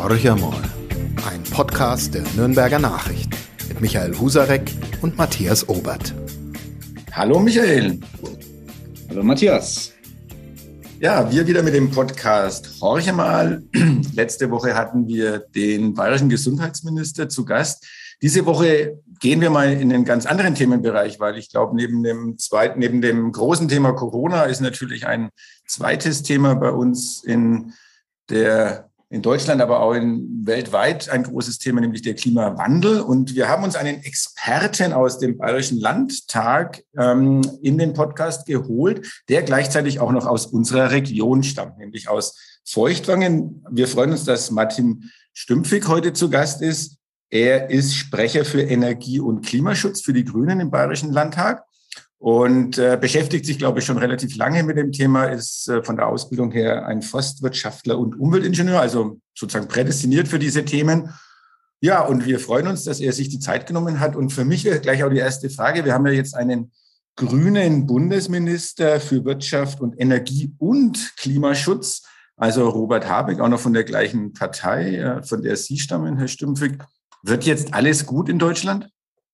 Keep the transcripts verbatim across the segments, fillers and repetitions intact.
Horcher mal, ein Podcast der Nürnberger Nachrichten mit Michael Husarek und Matthias Obert. Hallo Michael. Hallo Matthias. Ja, wir wieder mit dem Podcast Horcher mal. Letzte Woche hatten wir den bayerischen Gesundheitsminister zu Gast. Diese Woche gehen wir mal in einen ganz anderen Themenbereich, weil ich glaube, neben dem zweiten, neben dem großen Thema Corona ist natürlich ein zweites Thema bei uns in der, in Deutschland, aber auch in, weltweit ein großes Thema, nämlich der Klimawandel. Und wir haben uns einen Experten aus dem Bayerischen Landtag ähm, in den Podcast geholt, der gleichzeitig auch noch aus unserer Region stammt, nämlich aus Feuchtwangen. Wir freuen uns, dass Martin Stümpfig heute zu Gast ist. Er ist Sprecher für Energie- und Klimaschutz für die Grünen im Bayerischen Landtag und äh, beschäftigt sich, glaube ich, schon relativ lange mit dem Thema, ist äh, von der Ausbildung her ein Forstwirtschaftler und Umweltingenieur, also sozusagen prädestiniert für diese Themen. Ja, und wir freuen uns, dass er sich die Zeit genommen hat. Und für mich wäre gleich auch die erste Frage. Wir haben ja jetzt einen grünen Bundesminister für Wirtschaft und Energie und Klimaschutz, also Robert Habeck, auch noch von der gleichen Partei, äh, von der Sie stammen, Herr Stümpfig. Wird jetzt alles gut in Deutschland?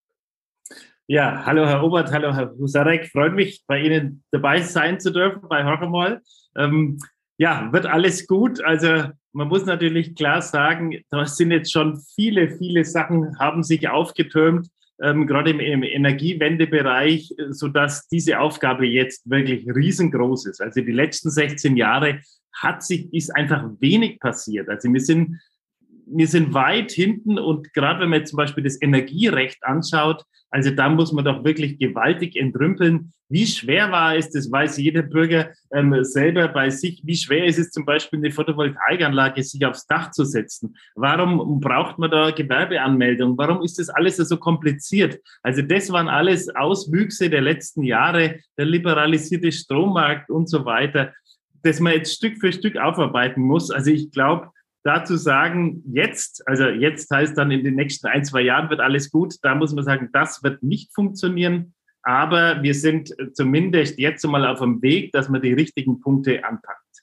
Ja, hallo Herr Obert, hallo Herr Husarek. Freut mich, bei Ihnen dabei sein zu dürfen bei Horcher mal. Ähm, ja, wird alles gut. Also man muss natürlich klar sagen, da sind jetzt schon viele, viele Sachen haben sich aufgetürmt, ähm, gerade im, im Energiewendebereich, sodass diese Aufgabe jetzt wirklich riesengroß ist. Also die letzten sechzehn Jahre hat sich, ist einfach wenig passiert. Also wir sind Wir sind weit hinten und gerade wenn man jetzt zum Beispiel das Energierecht anschaut, also da muss man doch wirklich gewaltig entrümpeln. Wie schwer war es, das weiß jeder Bürger ähm, selber bei sich, wie schwer ist es zum Beispiel eine Photovoltaikanlage sich aufs Dach zu setzen? Warum braucht man da Gewerbeanmeldung? Warum ist das alles so kompliziert? Also das waren alles Auswüchse der letzten Jahre, der liberalisierte Strommarkt und so weiter, das man jetzt Stück für Stück aufarbeiten muss. Also ich glaube, dazu sagen, jetzt, also jetzt heißt dann in den nächsten ein, zwei Jahren wird alles gut, da muss man sagen, das wird nicht funktionieren, aber wir sind zumindest jetzt mal auf dem Weg, dass man die richtigen Punkte anpackt.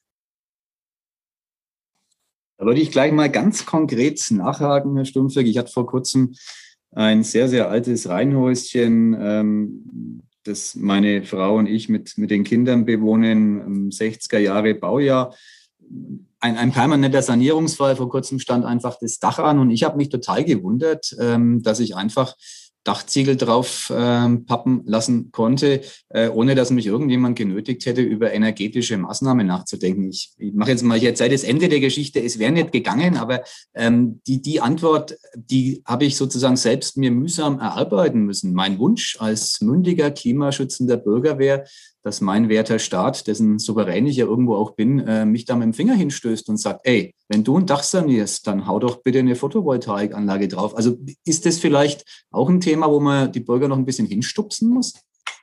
Da würde ich gleich mal ganz konkret nachhaken, Herr Stumpfig. Ich hatte vor kurzem ein sehr, sehr altes Reihenhäuschen, ähm, das meine Frau und ich mit, mit den Kindern bewohnen, sechziger Jahre Baujahr. Ein, ein permanenter Sanierungsfall. Vor kurzem stand einfach das Dach an und ich habe mich total gewundert, ähm, dass ich einfach Dachziegel drauf ähm, pappen lassen konnte, äh, ohne dass mich irgendjemand genötigt hätte, über energetische Maßnahmen nachzudenken. Ich, ich mache jetzt mal, ich erzähle das Ende der Geschichte. Es wäre nicht gegangen, aber ähm, die, die Antwort, die habe ich sozusagen selbst mir mühsam erarbeiten müssen. Mein Wunsch als mündiger, klimaschützender Bürger wäre, dass mein werter Staat, dessen Souverän ich ja irgendwo auch bin, äh, mich da mit dem Finger hinstößt und sagt, ey, wenn du ein Dach sanierst, dann hau doch bitte eine Photovoltaikanlage drauf. Also ist das vielleicht auch ein Thema, wo man die Bürger noch ein bisschen hinstupsen muss?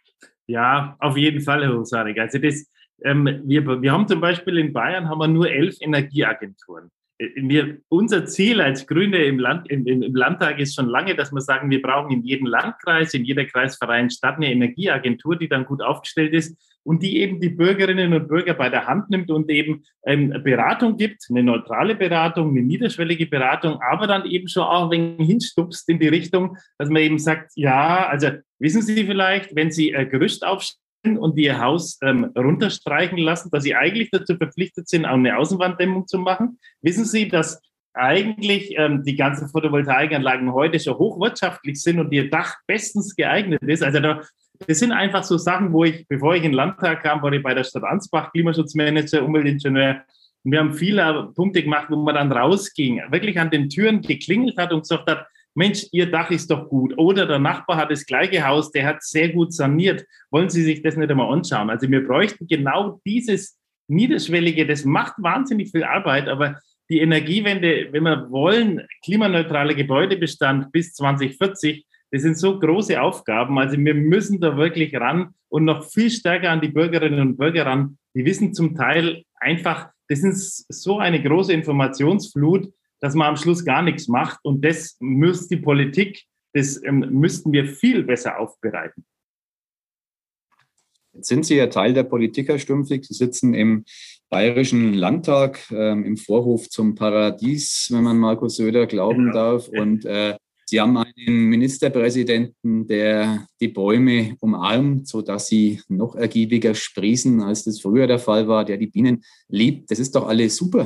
Ja, auf jeden Fall, Herr Husarek. Also das, ähm, wir, wir haben zum Beispiel in Bayern haben wir nur elf Energieagenturen. Wir, unser Ziel als Grüne im, Land, im, im Landtag ist schon lange, dass wir sagen, wir brauchen in jedem Landkreis, in jeder kreisfreien Stadt eine Energieagentur, die dann gut aufgestellt ist und die eben die Bürgerinnen und Bürger bei der Hand nimmt und eben ähm, Beratung gibt, eine neutrale Beratung, eine niederschwellige Beratung, aber dann eben schon auch ein wenig hinstupst in die Richtung, dass man eben sagt, ja, also wissen Sie vielleicht, wenn Sie äh, Gerüst aufstellen und die ihr Haus ähm, runterstreichen lassen, dass sie eigentlich dazu verpflichtet sind, auch eine Außenwanddämmung zu machen. Wissen Sie, dass eigentlich ähm, die ganzen Photovoltaikanlagen heute schon hochwirtschaftlich sind und ihr Dach bestens geeignet ist? Also da, das sind einfach so Sachen, wo ich, bevor ich in den Landtag kam, war ich bei der Stadt Ansbach Klimaschutzmanager, Umweltingenieur. Und wir haben viele Punkte gemacht, wo man dann rausging, wirklich an den Türen geklingelt hat und gesagt hat, Mensch, Ihr Dach ist doch gut. Oder der Nachbar hat das gleiche Haus, der hat sehr gut saniert. Wollen Sie sich das nicht einmal anschauen? Also wir bräuchten genau dieses Niederschwellige, das macht wahnsinnig viel Arbeit, aber die Energiewende, wenn wir wollen, klimaneutraler Gebäudebestand bis zwanzig vierzig, das sind so große Aufgaben. Also wir müssen da wirklich ran und noch viel stärker an die Bürgerinnen und Bürger ran. Die wissen zum Teil einfach, das ist so eine große Informationsflut, dass man am Schluss gar nichts macht. Und das muss die Politik, das ähm, müssten wir viel besser aufbereiten. Jetzt sind Sie ja Teil der Politik, Herr Stumpfig. Sie sitzen im Bayerischen Landtag ähm, im Vorhof zum Paradies, wenn man Markus Söder glauben ja. darf. Und äh, Sie haben einen Ministerpräsidenten, der die Bäume umarmt, sodass sie noch ergiebiger sprießen, als das früher der Fall war, der die Bienen liebt. Das ist doch alles super.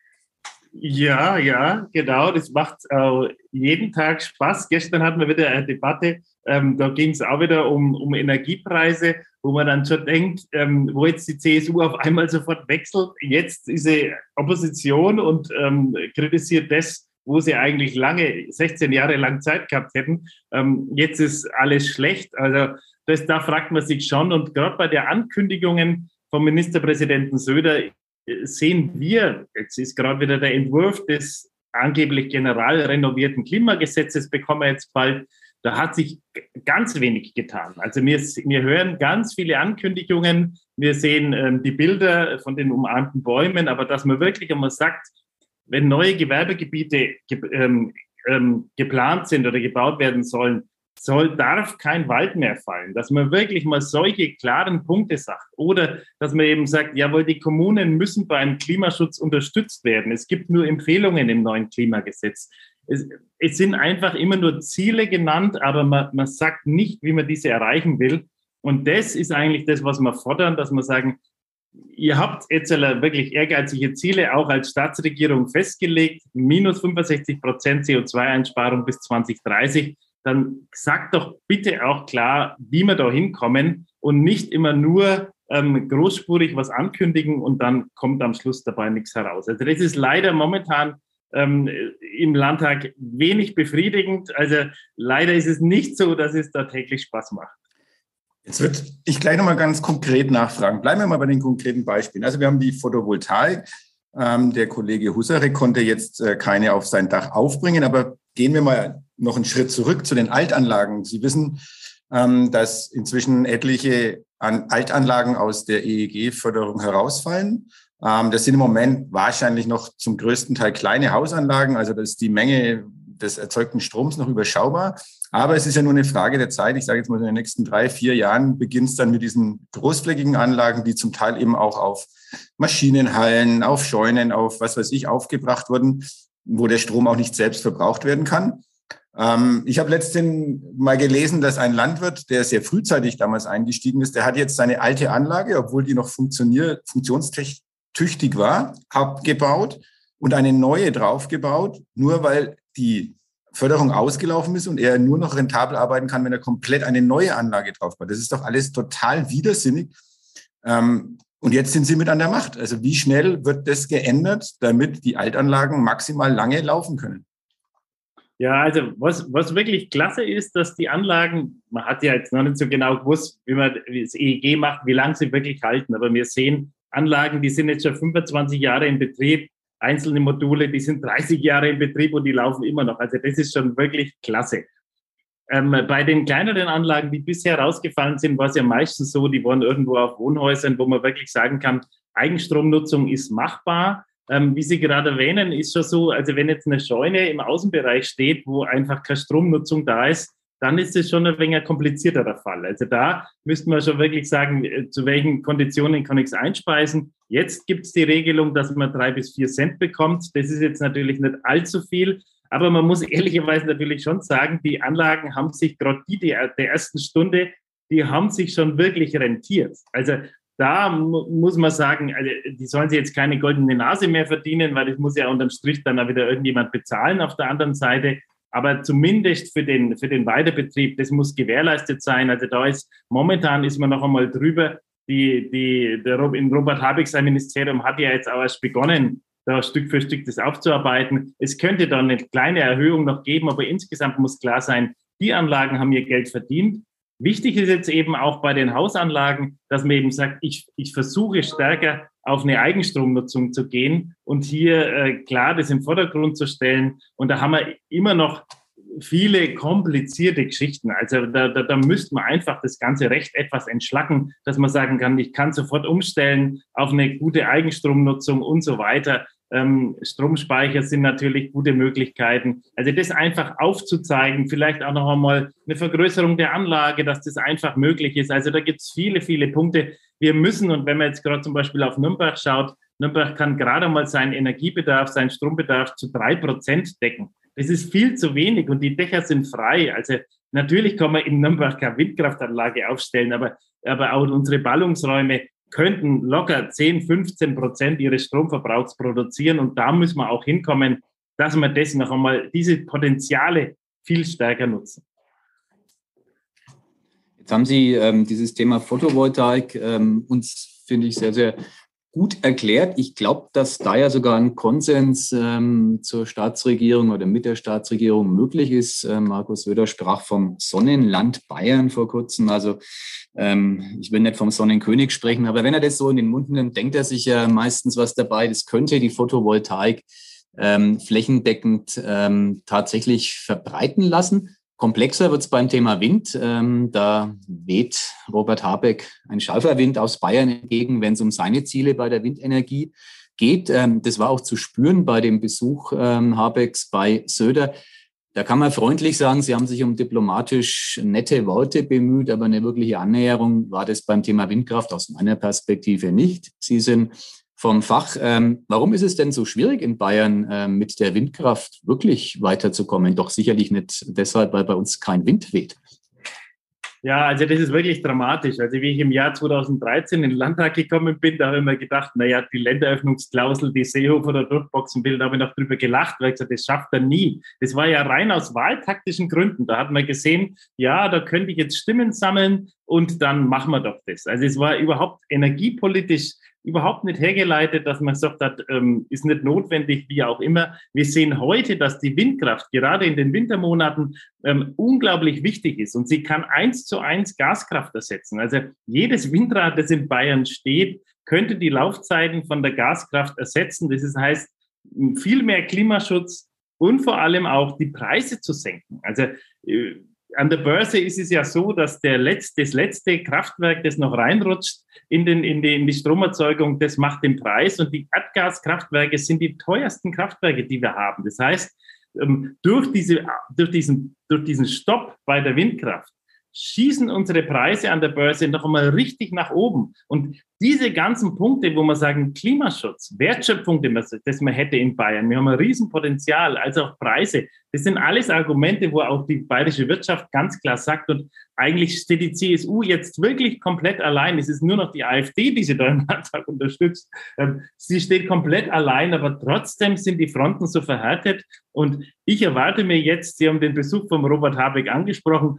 Ja, ja, genau. Das macht äh, jeden Tag Spaß. Gestern hatten wir wieder eine Debatte, ähm, da ging es auch wieder um, um Energiepreise, wo man dann schon denkt, ähm, wo jetzt die C S U auf einmal sofort wechselt. Jetzt ist sie Opposition und ähm, kritisiert das, wo sie eigentlich lange, sechzehn Jahre lang Zeit gehabt hätten. Ähm, jetzt ist alles schlecht. Also das, da fragt man sich schon. Und gerade bei den Ankündigungen vom Ministerpräsidenten Söder sehen wir, jetzt ist gerade wieder der Entwurf des angeblich general renovierten Klimagesetzes, bekommen wir jetzt bald, da hat sich ganz wenig getan. Also wir, wir hören ganz viele Ankündigungen, wir sehen ähm, die Bilder von den umarmten Bäumen, aber dass man wirklich einmal sagt, wenn neue Gewerbegebiete ge, ähm, ähm, geplant sind oder gebaut werden sollen, soll, darf kein Wald mehr fallen. Dass man wirklich mal solche klaren Punkte sagt. Oder dass man eben sagt, jawohl, die Kommunen müssen beim Klimaschutz unterstützt werden. Es gibt nur Empfehlungen im neuen Klimagesetz. Es, es sind einfach immer nur Ziele genannt, aber man, man sagt nicht, wie man diese erreichen will. Und das ist eigentlich das, was wir fordern, dass wir sagen, ihr habt jetzt wirklich ehrgeizige Ziele auch als Staatsregierung festgelegt, minus fünfundsechzig Prozent C O zwei Einsparung bis zwanzig dreißig. Dann sagt doch bitte auch klar, wie wir da hinkommen und nicht immer nur ähm, großspurig was ankündigen und dann kommt am Schluss dabei nichts heraus. Also das ist leider momentan ähm, im Landtag wenig befriedigend. Also leider ist es nicht so, dass es da täglich Spaß macht. Jetzt würde ich gleich nochmal ganz konkret nachfragen. Bleiben wir mal bei den konkreten Beispielen. Also wir haben die Photovoltaik. Ähm, der Kollege Husarek konnte jetzt äh, keine auf sein Dach aufbringen, aber gehen wir mal noch einen Schritt zurück zu den Altanlagen. Sie wissen, ähm, dass inzwischen etliche An- Altanlagen aus der E E G-Förderung herausfallen. Ähm, das sind im Moment wahrscheinlich noch zum größten Teil kleine Hausanlagen, also das ist die Menge des erzeugten Stroms noch überschaubar. Aber es ist ja nur eine Frage der Zeit. Ich sage jetzt mal, in den nächsten drei, vier Jahren beginnt es dann mit diesen großflächigen Anlagen, die zum Teil eben auch auf Maschinenhallen, auf Scheunen, auf was weiß ich aufgebracht wurden, wo der Strom auch nicht selbst verbraucht werden kann. Ähm, ich habe letztens mal gelesen, dass ein Landwirt, der sehr frühzeitig damals eingestiegen ist, der hat jetzt seine alte Anlage, obwohl die noch funktioniert, funktionstüchtig war, abgebaut und eine neue draufgebaut, nur weil die Förderung ausgelaufen ist und er nur noch rentabel arbeiten kann, wenn er komplett eine neue Anlage draufbaut. Das ist doch alles total widersinnig. Ähm, und jetzt sind Sie mit an der Macht. Also wie schnell wird das geändert, damit die Altanlagen maximal lange laufen können? Ja, also was, was wirklich klasse ist, dass die Anlagen, man hat ja jetzt noch nicht so genau gewusst, wie man das E E G macht, wie lange sie wirklich halten. Aber wir sehen Anlagen, die sind jetzt schon fünfundzwanzig Jahre in Betrieb. Einzelne Module, die sind dreißig Jahre in Betrieb und die laufen immer noch. Also das ist schon wirklich klasse. Ähm, bei den kleineren Anlagen, die bisher rausgefallen sind, war es ja meistens so, die waren irgendwo auf Wohnhäusern, wo man wirklich sagen kann, Eigenstromnutzung ist machbar. Ähm, wie Sie gerade erwähnen, ist schon so, also wenn jetzt eine Scheune im Außenbereich steht, wo einfach keine Stromnutzung da ist, dann ist es schon ein wenig ein komplizierterer Fall. Also da müssten wir schon wirklich sagen, zu welchen Konditionen kann ich es einspeisen. Jetzt gibt es die Regelung, dass man drei bis vier Cent bekommt. Das ist jetzt natürlich nicht allzu viel, aber man muss ehrlicherweise natürlich schon sagen, die Anlagen haben sich gerade die, die der ersten Stunde, die haben sich schon wirklich rentiert. Also da mu- muss man sagen, also die sollen sich jetzt keine goldene Nase mehr verdienen, weil das muss ja unterm Strich dann auch wieder irgendjemand bezahlen auf der anderen Seite. Aber zumindest für den, für den Weiterbetrieb, das muss gewährleistet sein. Also da ist, momentan ist man noch einmal drüber. Die, die, der, in Robert Habeck, sein Ministerium, hat ja jetzt auch erst begonnen, da Stück für Stück das aufzuarbeiten. Es könnte dann eine kleine Erhöhung noch geben, aber insgesamt muss klar sein, die Anlagen haben ihr Geld verdient. Wichtig ist jetzt eben auch bei den Hausanlagen, dass man eben sagt, ich, ich versuche stärker auf eine Eigenstromnutzung zu gehen und hier äh, klar das im Vordergrund zu stellen. Und da haben wir immer noch viele komplizierte Geschichten. Also da, da, da müsste man einfach das ganze Recht etwas entschlacken, dass man sagen kann, ich kann sofort umstellen auf eine gute Eigenstromnutzung und so weiter. Ähm, Stromspeicher sind natürlich gute Möglichkeiten. Also das einfach aufzuzeigen, vielleicht auch noch einmal eine Vergrößerung der Anlage, dass das einfach möglich ist. Also da gibt es viele, viele Punkte. Wir müssen, und wenn man jetzt gerade zum Beispiel auf Nürnberg schaut, Nürnberg kann gerade mal seinen Energiebedarf, seinen Strombedarf zu drei Prozent decken. Das ist viel zu wenig und die Dächer sind frei. Also natürlich kann man in Nürnberg keine Windkraftanlage aufstellen, aber, aber auch unsere Ballungsräume könnten locker zehn, fünfzehn Prozent ihres Stromverbrauchs produzieren. Und da müssen wir auch hinkommen, dass wir das noch einmal, diese Potenziale viel stärker nutzen. Jetzt haben Sie ähm, dieses Thema Photovoltaik ähm, uns, finde ich, sehr, sehr gut erklärt. Ich glaube, dass da ja sogar ein Konsens ähm, zur Staatsregierung oder mit der Staatsregierung möglich ist. Äh, Markus Söder sprach vom Sonnenland Bayern vor kurzem. Also ähm, ich will nicht vom Sonnenkönig sprechen, aber wenn er das so in den Mund nimmt, denkt er sich ja meistens was dabei. Das könnte die Photovoltaik ähm, flächendeckend ähm, tatsächlich verbreiten lassen. Komplexer wird es beim Thema Wind. Ähm, da weht Robert Habeck ein scharfer Wind aus Bayern entgegen, wenn es um seine Ziele bei der Windenergie geht. Ähm, das war auch zu spüren bei dem Besuch ähm, Habecks bei Söder. Da kann man freundlich sagen, sie haben sich um diplomatisch nette Worte bemüht, aber eine wirkliche Annäherung war das beim Thema Windkraft aus meiner Perspektive nicht. Sie sind vom Fach. Ähm, warum ist es denn so schwierig in Bayern ähm, mit der Windkraft wirklich weiterzukommen? Doch sicherlich nicht deshalb, weil bei uns kein Wind weht. Ja, also das ist wirklich dramatisch. Also wie ich im Jahr zweitausenddreizehn in den Landtag gekommen bin, da habe ich mir gedacht, naja, die Länderöffnungsklausel, die Seehofer da durchboxen will, da habe ich noch drüber gelacht, weil ich gesagt, das schafft er nie. Das war ja rein aus wahltaktischen Gründen. Da hat man gesehen, ja, da könnte ich jetzt Stimmen sammeln und dann machen wir doch das. Also es war überhaupt energiepolitisch überhaupt nicht hergeleitet, dass man gesagt hat, ähm, ist nicht notwendig, wie auch immer. Wir sehen heute, dass die Windkraft gerade in den Wintermonaten ähm, unglaublich wichtig ist und sie kann eins zu eins Gaskraft ersetzen. Also jedes Windrad, das in Bayern steht, könnte die Laufzeiten von der Gaskraft ersetzen. Das heißt, viel mehr Klimaschutz und vor allem auch die Preise zu senken. Also äh, an der Börse ist es ja so, dass der letzte, das letzte Kraftwerk, das noch reinrutscht in, den, in, die, in die Stromerzeugung, das macht den Preis. Und die Erdgaskraftwerke sind die teuersten Kraftwerke, die wir haben. Das heißt, durch, diese, durch, diesen, durch diesen Stopp bei der Windkraft schießen unsere Preise an der Börse noch einmal richtig nach oben. Und diese ganzen Punkte, wo wir sagen, Klimaschutz, Wertschöpfung, das man hätte in Bayern, wir haben ein Riesenpotenzial, also auch Preise, das sind alles Argumente, wo auch die bayerische Wirtschaft ganz klar sagt, und eigentlich steht die C S U jetzt wirklich komplett allein. Es ist nur noch die AfD, die sie da im Landtag unterstützt. Sie steht komplett allein, aber trotzdem sind die Fronten so verhärtet. Und ich erwarte mir jetzt, Sie haben den Besuch von Robert Habeck angesprochen,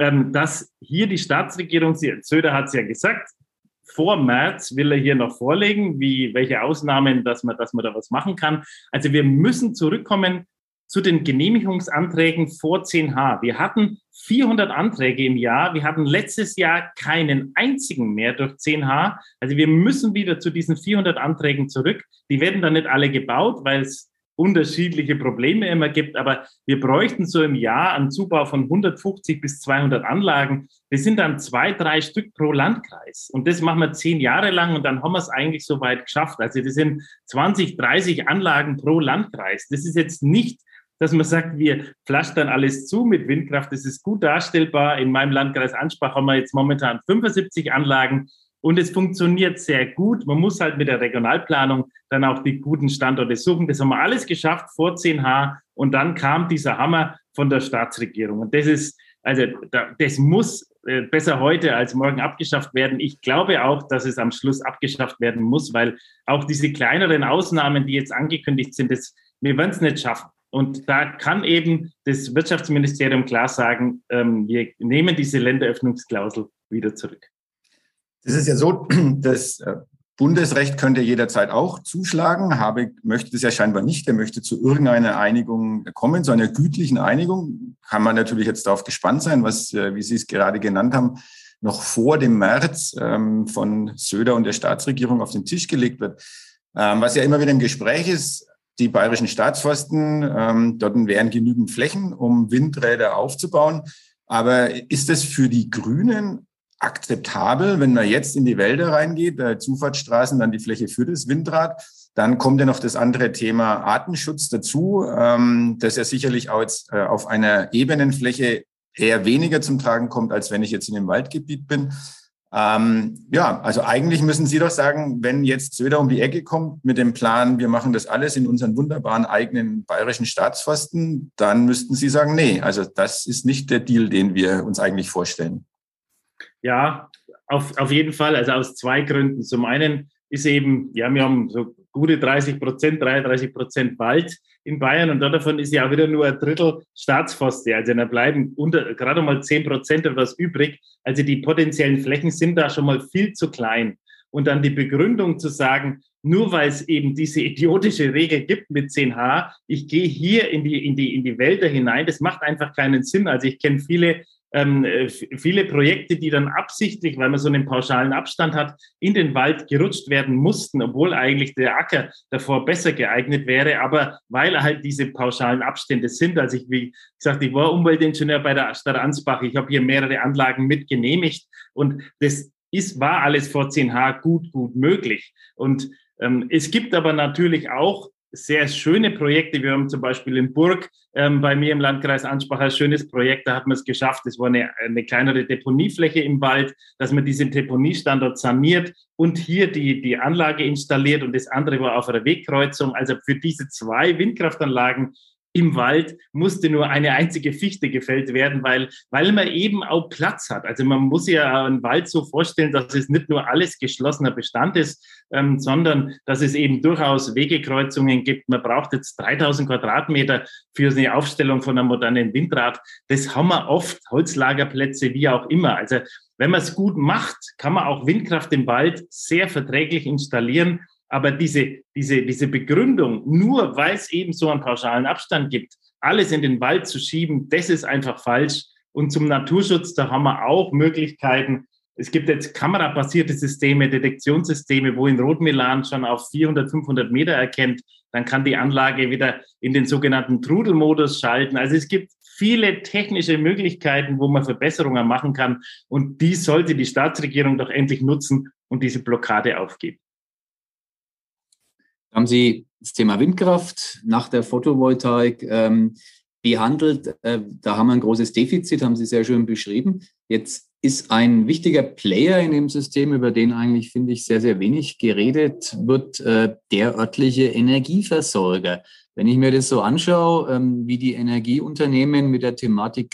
dass hier die Staatsregierung, Söder hat es ja gesagt, vor März will er hier noch vorlegen, wie, welche Ausnahmen, dass man, dass man da was machen kann. Also wir müssen zurückkommen zu den Genehmigungsanträgen vor zehn H. Wir hatten vierhundert Anträge im Jahr. Wir hatten letztes Jahr keinen einzigen mehr durch zehn H. Also wir müssen wieder zu diesen vierhundert Anträgen zurück. Die werden dann nicht alle gebaut, weil es unterschiedliche Probleme immer gibt, aber wir bräuchten so im Jahr einen Zubau von hundertfünfzig bis zweihundert Anlagen. Das sind dann zwei, drei Stück pro Landkreis. Und das machen wir zehn Jahre lang und dann haben wir es eigentlich so weit geschafft. Also das sind zwanzig, dreißig Anlagen pro Landkreis. Das ist jetzt nicht, dass man sagt, wir pflastern alles zu mit Windkraft. Das ist gut darstellbar. In meinem Landkreis Ansbach haben wir jetzt momentan fünfundsiebzig Anlagen. Und es funktioniert sehr gut. Man muss halt mit der Regionalplanung dann auch die guten Standorte suchen. Das haben wir alles geschafft vor zehn H. Und dann kam dieser Hammer von der Staatsregierung. Und das ist, also das muss besser heute als morgen abgeschafft werden. Ich glaube auch, dass es am Schluss abgeschafft werden muss, weil auch diese kleineren Ausnahmen, die jetzt angekündigt sind, das, wir werden es nicht schaffen. Und da kann eben das Wirtschaftsministerium klar sagen, ähm, wir nehmen diese Länderöffnungsklausel wieder zurück. Es ist ja so, das Bundesrecht könnte jederzeit auch zuschlagen. Habeck möchte das ja scheinbar nicht. Er möchte zu irgendeiner Einigung kommen, zu einer gütlichen Einigung. Kann man natürlich jetzt darauf gespannt sein, was, wie Sie es gerade genannt haben, noch vor dem März ähm, von Söder und der Staatsregierung auf den Tisch gelegt wird. Ähm, was ja immer wieder im Gespräch ist, die bayerischen Staatsforsten, ähm, dort wären genügend Flächen, um Windräder aufzubauen. Aber ist das für die Grünen akzeptabel, wenn man jetzt in die Wälder reingeht, äh, Zufahrtsstraßen, dann die Fläche für das Windrad? Dann kommt ja noch das andere Thema Artenschutz dazu, ähm, das ja sicherlich auch jetzt äh, auf einer ebenen Fläche eher weniger zum Tragen kommt, als wenn ich jetzt in dem Waldgebiet bin. Ähm, ja, also eigentlich müssen Sie doch sagen, wenn jetzt Söder um die Ecke kommt mit dem Plan, wir machen das alles in unseren wunderbaren eigenen bayerischen Staatsforsten, dann müssten Sie sagen, nee, also das ist nicht der Deal, den wir uns eigentlich vorstellen. Ja, auf, auf jeden Fall. Also aus zwei Gründen. Zum einen ist eben, ja, wir haben so gute dreißig Prozent, dreiunddreißig Prozent Wald in Bayern und davon ist ja auch wieder nur ein Drittel Staatsforste. Also da bleiben unter, gerade mal zehn Prozent etwas übrig. Also die potenziellen Flächen sind da schon mal viel zu klein. Und dann die Begründung zu sagen, nur weil es eben diese idiotische Regel gibt mit zehn H, ich gehe hier in die, in die, in die Wälder hinein, das macht einfach keinen Sinn. Also ich kenne viele Ähm, viele Projekte, die dann absichtlich, weil man so einen pauschalen Abstand hat, in den Wald gerutscht werden mussten, obwohl eigentlich der Acker davor besser geeignet wäre, aber weil halt diese pauschalen Abstände sind. Also ich, wie gesagt, ich war Umweltingenieur bei der Stadt Ansbach, ich habe hier mehrere Anlagen mit genehmigt und das ist, war alles vor zehn H gut, gut möglich. Und ähm, es gibt aber natürlich auch sehr schöne Projekte. Wir haben zum Beispiel in Burg ähm, bei mir im Landkreis Ansbach ein schönes Projekt, da hat man es geschafft, es war eine, eine kleinere Deponiefläche im Wald, dass man diesen Deponiestandort saniert und hier die, die Anlage installiert und das andere war auf einer Wegkreuzung. Also für diese zwei Windkraftanlagen im Wald musste nur eine einzige Fichte gefällt werden, weil, weil man eben auch Platz hat. Also man muss ja einen Wald so vorstellen, dass es nicht nur alles geschlossener Bestand ist, ähm, sondern dass es eben durchaus Wegekreuzungen gibt. Man braucht jetzt dreitausend Quadratmeter für eine Aufstellung von einem modernen Windrad. Das haben wir oft, Holzlagerplätze, wie auch immer. Also wenn man es gut macht, kann man auch Windkraft im Wald sehr verträglich installieren. Aber diese, diese, diese Begründung, nur weil es eben so einen pauschalen Abstand gibt, alles in den Wald zu schieben, das ist einfach falsch. Und zum Naturschutz, da haben wir auch Möglichkeiten. Es gibt jetzt kamerabasierte Systeme, Detektionssysteme, wo in Rotmilan schon auf vierhundert, fünfhundert Meter erkennt. Dann kann die Anlage wieder in den sogenannten Trudelmodus schalten. Also es gibt viele technische Möglichkeiten, wo man Verbesserungen machen kann. Und die sollte die Staatsregierung doch endlich nutzen und diese Blockade aufgeben. Haben Sie das Thema Windkraft nach der Photovoltaik ähm, behandelt? Äh, da haben wir ein großes Defizit, haben Sie sehr schön beschrieben. Jetzt ist ein wichtiger Player in dem System, über den eigentlich, finde ich, sehr, sehr wenig geredet wird, äh, der örtliche Energieversorger. Wenn ich mir das so anschaue, ähm, wie die Energieunternehmen mit der Thematik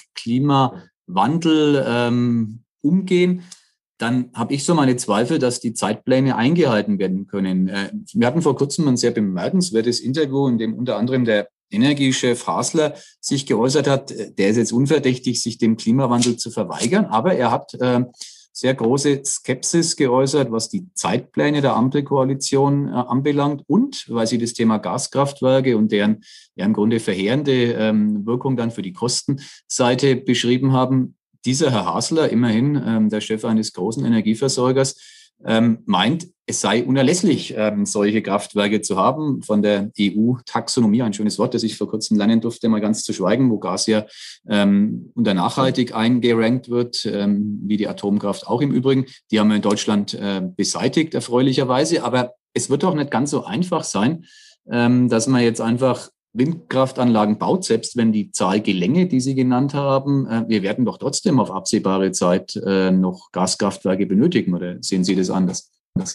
Klimawandel ähm, umgehen, dann habe ich so meine Zweifel, dass die Zeitpläne eingehalten werden können. Wir hatten vor kurzem ein sehr bemerkenswertes Interview, in dem unter anderem der Energiechef Hasler sich geäußert hat. Der ist jetzt unverdächtig, sich dem Klimawandel zu verweigern, aber er hat äh, sehr große Skepsis geäußert, was die Zeitpläne der Ampelkoalition äh, anbelangt und weil Sie das Thema Gaskraftwerke und deren ja im Grunde verheerende ähm, Wirkung dann für die Kostenseite beschrieben haben. Dieser Herr Hasler, immerhin ähm, der Chef eines großen Energieversorgers, ähm, meint, es sei unerlässlich, ähm, solche Kraftwerke zu haben. Von der E U-Taxonomie, ein schönes Wort, das ich vor kurzem lernen durfte, mal ganz zu schweigen, wo Gas ja ähm, unter nachhaltig eingerankt wird, ähm, wie die Atomkraft auch im Übrigen. Die haben wir in Deutschland äh, beseitigt, erfreulicherweise. Aber es wird doch nicht ganz so einfach sein, ähm, dass man jetzt einfach Windkraftanlagen baut, selbst wenn die Zahl gelänge, die Sie genannt haben. Wir werden doch trotzdem auf absehbare Zeit noch Gaskraftwerke benötigen, oder sehen Sie das anders?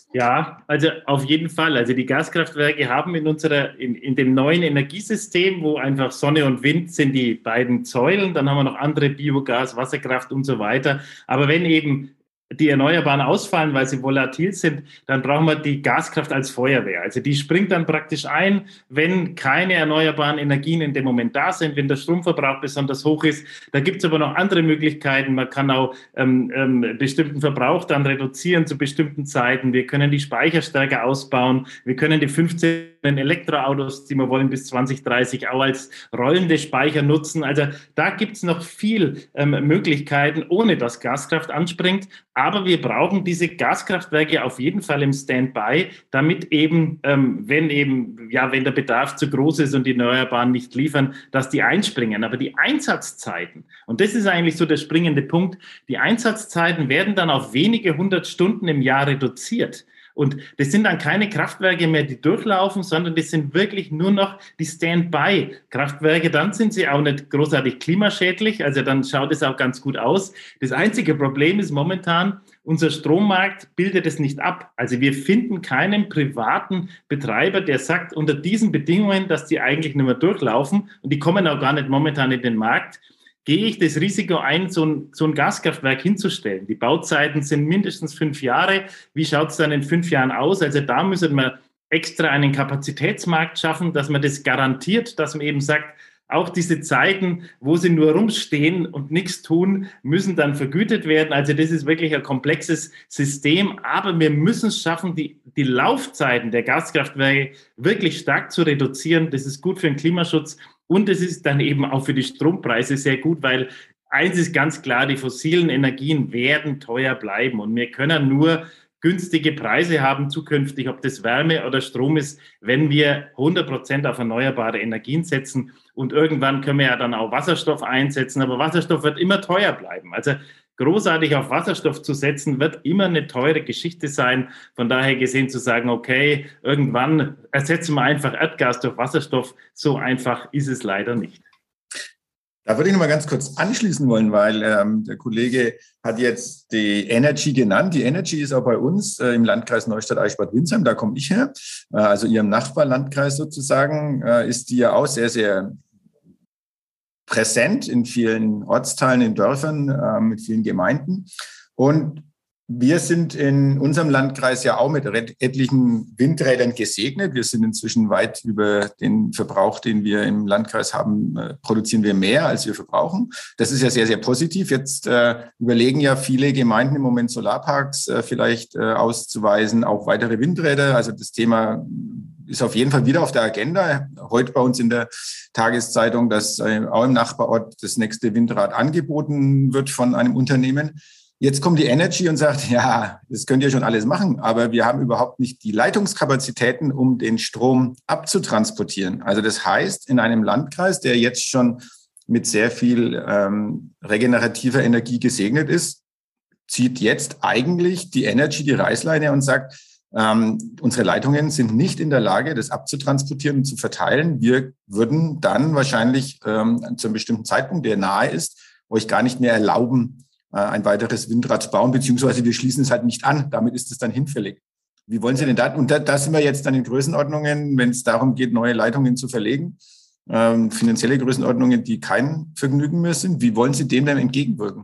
Ja, also auf jeden Fall. Also die Gaskraftwerke haben in unserer, in, in dem neuen Energiesystem, wo einfach Sonne und Wind sind die beiden Säulen, dann haben wir noch andere Biogas, Wasserkraft und so weiter. Aber wenn eben die Erneuerbaren ausfallen, weil sie volatil sind, dann brauchen wir die Gaskraft als Feuerwehr. Also die springt dann praktisch ein, wenn keine erneuerbaren Energien in dem Moment da sind, wenn der Stromverbrauch besonders hoch ist. Da gibt es aber noch andere Möglichkeiten. Man kann auch ähm, ähm, bestimmten Verbrauch dann reduzieren zu bestimmten Zeiten. Wir können die Speicher stärker ausbauen. Wir können die fünfzehn Elektroautos, die wir wollen, bis zwanzig dreißig auch als rollende Speicher nutzen. Also da gibt es noch viel ähm, Möglichkeiten, ohne dass Gaskraft anspringt. Aber wir brauchen diese Gaskraftwerke auf jeden Fall im Standby, damit eben, ähm, wenn eben, ja, wenn der Bedarf zu groß ist und die Erneuerbaren nicht liefern, dass die einspringen. Aber die Einsatzzeiten, und das ist eigentlich so der springende Punkt, die Einsatzzeiten werden dann auf wenige hundert Stunden im Jahr reduziert. Und das sind dann keine Kraftwerke mehr, die durchlaufen, sondern das sind wirklich nur noch die Standby-Kraftwerke. Dann sind sie auch nicht großartig klimaschädlich, also dann schaut es auch ganz gut aus. Das einzige Problem ist momentan, unser Strommarkt bildet es nicht ab. Also wir finden keinen privaten Betreiber, der sagt, unter diesen Bedingungen, dass die eigentlich nicht mehr durchlaufen und die kommen auch gar nicht momentan in den Markt, gehe ich das Risiko ein, so ein, so ein Gaskraftwerk hinzustellen. Die Bauzeiten sind mindestens fünf Jahre. Wie schaut es dann in fünf Jahren aus? Also da müssen wir extra einen Kapazitätsmarkt schaffen, dass man das garantiert, dass man eben sagt, auch diese Zeiten, wo sie nur rumstehen und nichts tun, müssen dann vergütet werden. Also das ist wirklich ein komplexes System. Aber wir müssen es schaffen, die, die Laufzeiten der Gaskraftwerke wirklich stark zu reduzieren. Das ist gut für den Klimaschutz und es ist dann eben auch für die Strompreise sehr gut, weil eins ist ganz klar, die fossilen Energien werden teuer bleiben und wir können nur günstige Preise haben zukünftig, ob das Wärme oder Strom ist, wenn wir hundert Prozent auf erneuerbare Energien setzen. Und irgendwann können wir ja dann auch Wasserstoff einsetzen, aber Wasserstoff wird immer teuer bleiben. Also großartig auf Wasserstoff zu setzen, wird immer eine teure Geschichte sein. Von daher gesehen zu sagen, okay, irgendwann ersetzen wir einfach Erdgas durch Wasserstoff, so einfach ist es leider nicht. Da würde ich noch mal ganz kurz anschließen wollen, weil ähm, der Kollege hat jetzt die Energy genannt. Die Energy ist auch bei uns äh, im Landkreis Neustadt-Eichstätt-Windsheim, da komme ich her, äh, also Ihrem Nachbarlandkreis sozusagen, äh, ist die ja auch sehr, sehr präsent in vielen Ortsteilen, in Dörfern, äh, mit vielen Gemeinden. Und wir sind in unserem Landkreis ja auch mit etlichen Windrädern gesegnet. Wir sind inzwischen weit über den Verbrauch, den wir im Landkreis haben, äh, produzieren wir mehr, als wir verbrauchen. Das ist ja sehr, sehr positiv. Jetzt äh, überlegen ja viele Gemeinden im Moment Solarparks äh, vielleicht äh, auszuweisen, auch weitere Windräder. Also das Thema ist auf jeden Fall wieder auf der Agenda. Heute bei uns in der Tageszeitung, dass äh, auch im Nachbarort das nächste Windrad angeboten wird von einem Unternehmen. Jetzt kommt die Energy und sagt, ja, das könnt ihr schon alles machen, aber wir haben überhaupt nicht die Leitungskapazitäten, um den Strom abzutransportieren. Also das heißt, in einem Landkreis, der jetzt schon mit sehr viel ähm, regenerativer Energie gesegnet ist, zieht jetzt eigentlich die Energy die Reißleine und sagt, ähm, unsere Leitungen sind nicht in der Lage, das abzutransportieren und zu verteilen. Wir würden dann wahrscheinlich ähm, zu einem bestimmten Zeitpunkt, der nahe ist, euch gar nicht mehr erlauben, ein weiteres Windrad bauen, beziehungsweise wir schließen es halt nicht an. Damit ist es dann hinfällig. Wie wollen Sie denn da? Und da, da sind wir jetzt dann in Größenordnungen, wenn es darum geht, neue Leitungen zu verlegen, ähm, finanzielle Größenordnungen, die kein Vergnügen mehr sind. Wie wollen Sie dem denn entgegenwirken?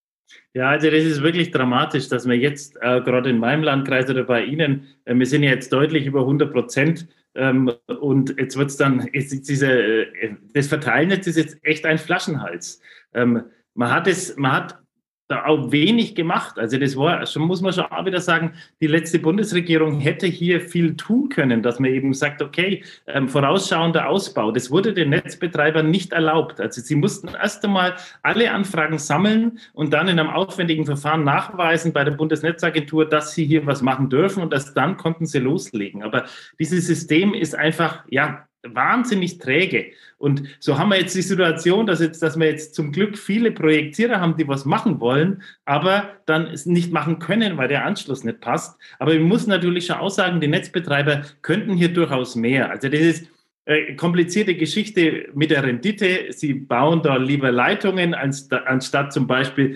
Ja, also das ist wirklich dramatisch, dass wir jetzt äh, gerade in meinem Landkreis oder bei Ihnen, äh, wir sind ja jetzt deutlich über hundert Prozent ähm, und jetzt wird es dann, ist diese, äh, das Verteilnetz ist jetzt echt ein Flaschenhals. Ähm, man hat es, man hat da auch wenig gemacht. Also das war, schon muss man schon auch wieder sagen, die letzte Bundesregierung hätte hier viel tun können, dass man eben sagt, okay, ähm, vorausschauender Ausbau, das wurde den Netzbetreibern nicht erlaubt. Also sie mussten erst einmal alle Anfragen sammeln und dann in einem aufwendigen Verfahren nachweisen bei der Bundesnetzagentur, dass sie hier was machen dürfen und erst dann konnten sie loslegen. Aber dieses System ist einfach, ja, wahnsinnig träge. Und so haben wir jetzt die Situation, dass, jetzt, dass wir jetzt zum Glück viele Projektierer haben, die was machen wollen, aber dann es nicht machen können, weil der Anschluss nicht passt. Aber wir müssen natürlich schon aussagen, die Netzbetreiber könnten hier durchaus mehr. Also das ist äh, komplizierte Geschichte mit der Rendite. Sie bauen da lieber Leitungen, anstatt zum Beispiel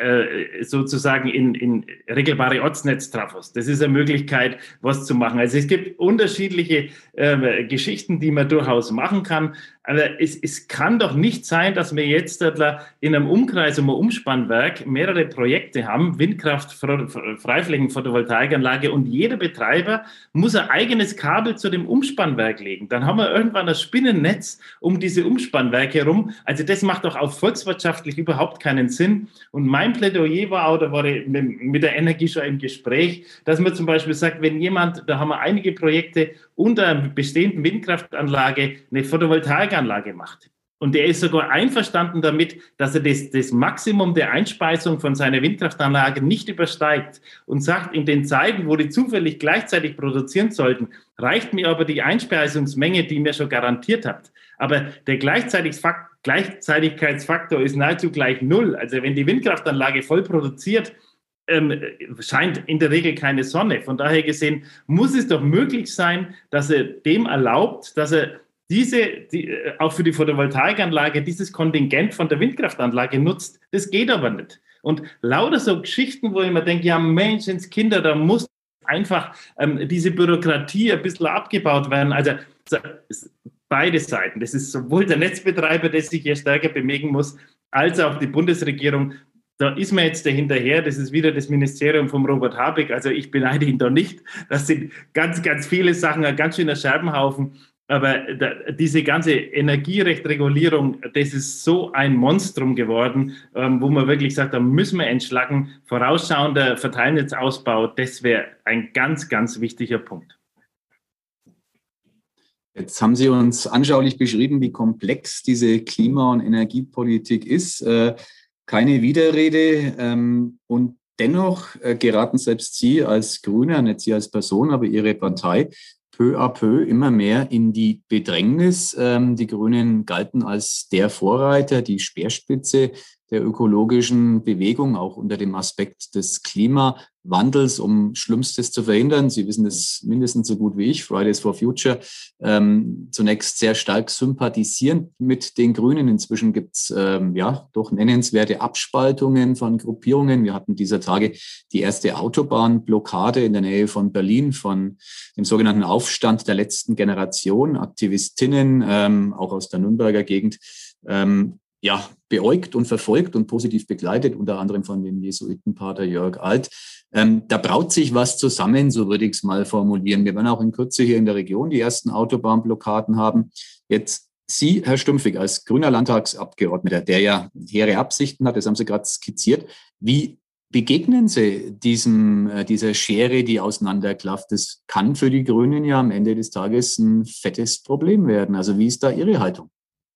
äh, sozusagen in, in regelbare Ortsnetztrafos. Das ist eine Möglichkeit, was zu machen. Also es gibt unterschiedliche äh, Geschichten, die man durchaus machen kann. Aber es, es kann doch nicht sein, dass wir jetzt in einem Umkreis um ein Umspannwerk mehrere Projekte haben, Windkraft, Freiflächen, Photovoltaikanlage, und jeder Betreiber muss ein eigenes Kabel zu dem Umspannwerk legen. Dann haben wir irgendwann ein Spinnennetz um diese Umspannwerke herum. Also das macht doch auch volkswirtschaftlich überhaupt keinen Sinn. Und mein Plädoyer war auch, da war ich mit der Energie schon im Gespräch, dass man zum Beispiel sagt, wenn jemand, da haben wir einige Projekte unter einer bestehenden Windkraftanlage eine Photovoltaikanlage macht. Und er ist sogar einverstanden damit, dass er das, das Maximum der Einspeisung von seiner Windkraftanlage nicht übersteigt und sagt, in den Zeiten, wo die zufällig gleichzeitig produzieren sollten, reicht mir aber die Einspeisungsmenge, die mir schon garantiert habt. Aber der Gleichzeitigkeitsfaktor ist nahezu gleich null. Also wenn die Windkraftanlage voll produziert, Ähm, scheint in der Regel keine Sonne. Von daher gesehen muss es doch möglich sein, dass er dem erlaubt, dass er diese, die, auch für die Photovoltaikanlage dieses Kontingent von der Windkraftanlage nutzt. Das geht aber nicht. Und lauter so Geschichten, wo ich mir denke, ja Menschenskinder, da muss einfach ähm, diese Bürokratie ein bisschen abgebaut werden. Also beide Seiten. Das ist sowohl der Netzbetreiber, der sich hier stärker bewegen muss, als auch die Bundesregierung. Da ist man jetzt dahinterher. Das ist wieder das Ministerium vom Robert Habeck. Also ich beneide ihn da nicht. Das sind ganz, ganz viele Sachen, ein ganz schöner Scherbenhaufen. Aber da, diese ganze Energierechtregulierung, das ist so ein Monstrum geworden, ähm, wo man wirklich sagt, da müssen wir entschlacken. Vorausschauender Verteilnetzausbau, das wäre ein ganz, ganz wichtiger Punkt. Jetzt haben Sie uns anschaulich beschrieben, wie komplex diese Klima- und Energiepolitik ist. Äh, keine Widerrede. Ähm, und dennoch äh, geraten selbst Sie als Grüne, nicht Sie als Person, aber Ihre Partei, peu à peu immer mehr in die Bedrängnis. Ähm, die Grünen galten als der Vorreiter, die Speerspitze der ökologischen Bewegung, auch unter dem Aspekt des Klimawandels, um Schlimmstes zu verhindern. Sie wissen das mindestens so gut wie ich, Fridays for Future, ähm, zunächst sehr stark sympathisierend mit den Grünen. Inzwischen gibt es ähm, ja doch nennenswerte Abspaltungen von Gruppierungen. Wir hatten dieser Tage die erste Autobahnblockade in der Nähe von Berlin von dem sogenannten Aufstand der letzten Generation. Aktivistinnen, ähm, auch aus der Nürnberger Gegend, ähm, ja, beäugt und verfolgt und positiv begleitet, unter anderem von dem Jesuitenpater Jörg Alt. Ähm, da braut sich was zusammen, so würde ich es mal formulieren. Wir werden auch in Kürze hier in der Region die ersten Autobahnblockaden haben. Jetzt Sie, Herr Stümpfig, als grüner Landtagsabgeordneter, der ja hehre Absichten hat, das haben Sie gerade skizziert. Wie begegnen Sie diesem, dieser Schere, die auseinanderklafft? Das kann für die Grünen ja am Ende des Tages ein fettes Problem werden. Also wie ist da Ihre Haltung?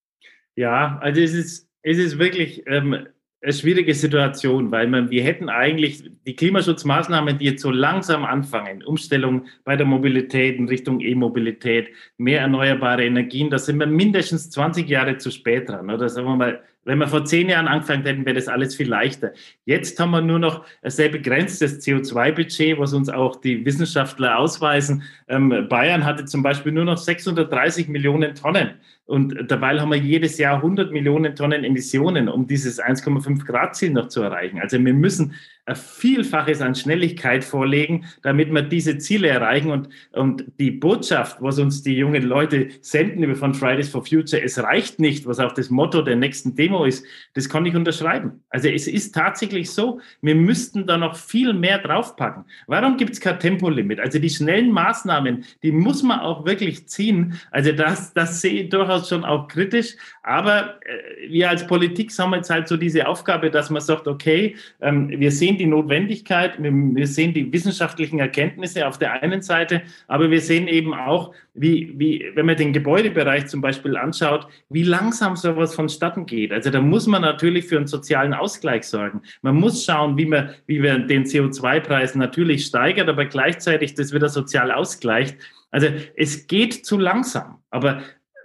Ja, also es ist, es ist wirklich ähm, eine schwierige Situation, weil man, wir hätten eigentlich die Klimaschutzmaßnahmen, die jetzt so langsam anfangen, Umstellung bei der Mobilität in Richtung E-Mobilität, mehr erneuerbare Energien, da sind wir mindestens zwanzig Jahre zu spät dran. Oder sagen wir mal, wenn wir vor zehn Jahren angefangen hätten, wäre das alles viel leichter. Jetzt haben wir nur noch ein sehr begrenztes C O zwei Budget, was uns auch die Wissenschaftler ausweisen. Ähm, Bayern hatte zum Beispiel nur noch sechshundertdreißig Millionen Tonnen. Und dabei haben wir jedes Jahr hundert Millionen Tonnen Emissionen, um dieses eins Komma fünf Grad Ziel noch zu erreichen. Also wir müssen ein Vielfaches an Schnelligkeit vorlegen, damit wir diese Ziele erreichen. Und, und die Botschaft, was uns die jungen Leute senden über von Fridays for Future, es reicht nicht, was auch das Motto der nächsten Demo ist, das kann ich unterschreiben. Also es ist tatsächlich so, wir müssten da noch viel mehr draufpacken. Warum gibt es kein Tempolimit? Also die schnellen Maßnahmen, die muss man auch wirklich ziehen. Also das, das sehe ich durchaus schon auch kritisch. Aber äh, wir als Politik haben jetzt halt so diese Aufgabe, dass man sagt, okay, ähm, wir sehen die Notwendigkeit, wir, wir sehen die wissenschaftlichen Erkenntnisse auf der einen Seite, aber wir sehen eben auch, wie, wie, wenn man den Gebäudebereich zum Beispiel anschaut, wie langsam sowas vonstatten geht. Also da muss man natürlich für einen sozialen Ausgleich sorgen. Man muss schauen, wie man, wie man den C O zwei Preis natürlich steigert, aber gleichzeitig das wieder sozial ausgleicht. Also es geht zu langsam, aber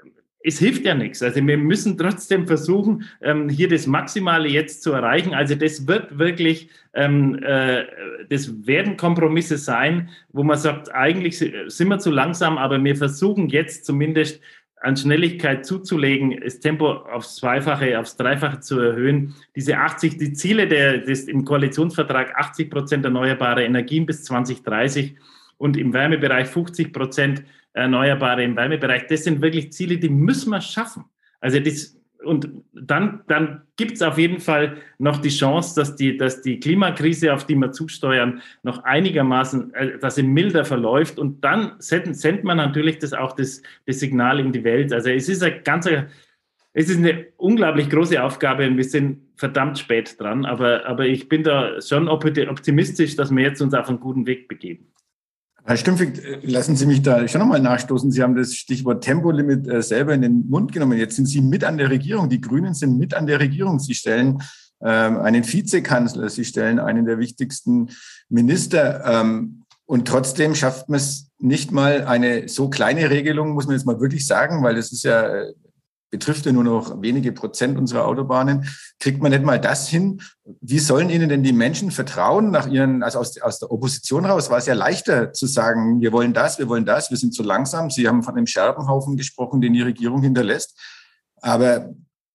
es hilft ja nichts. Also wir müssen trotzdem versuchen, ähm, hier das Maximale jetzt zu erreichen. Also das wird wirklich, ähm, äh, das werden Kompromisse sein, wo man sagt, eigentlich sind wir zu langsam, aber wir versuchen jetzt zumindest an Schnelligkeit zuzulegen, das Tempo aufs Zweifache, aufs Dreifache zu erhöhen. Diese achtzig, die Ziele der, des, im Koalitionsvertrag achtzig Prozent erneuerbare Energien bis zwanzig dreißig und im Wärmebereich fünfzig Prozent Erneuerbare im Wärmebereich, das sind wirklich Ziele, die müssen wir schaffen. Also das, und dann, dann gibt es auf jeden Fall noch die Chance, dass die, dass die Klimakrise, auf die wir zusteuern, noch einigermaßen, äh, dass sie milder verläuft. Und dann sendet, sendet man natürlich das auch das, das Signal in die Welt. Also es ist eine ganz, es ist eine unglaublich große Aufgabe und wir sind verdammt spät dran. Aber, aber ich bin da schon optimistisch, dass wir jetzt uns auf einen guten Weg begeben. Herr Stümpfig, lassen Sie mich da schon nochmal nachstoßen. Sie haben das Stichwort Tempolimit äh, selber in den Mund genommen. Jetzt sind Sie mit an der Regierung. Die Grünen sind mit an der Regierung. Sie stellen ähm, einen Vizekanzler, Sie stellen einen der wichtigsten Minister. Ähm, und trotzdem schafft man es nicht mal eine so kleine Regelung, muss man jetzt mal wirklich sagen, weil das ist ja... Äh, betrifft ja nur noch wenige Prozent unserer Autobahnen, kriegt man nicht mal das hin. Wie sollen Ihnen denn die Menschen vertrauen? Nach Ihren, also aus, aus der Opposition raus war es ja leichter zu sagen, wir wollen das, wir wollen das, wir sind zu langsam. Sie haben von einem Scherbenhaufen gesprochen, den die Regierung hinterlässt. Aber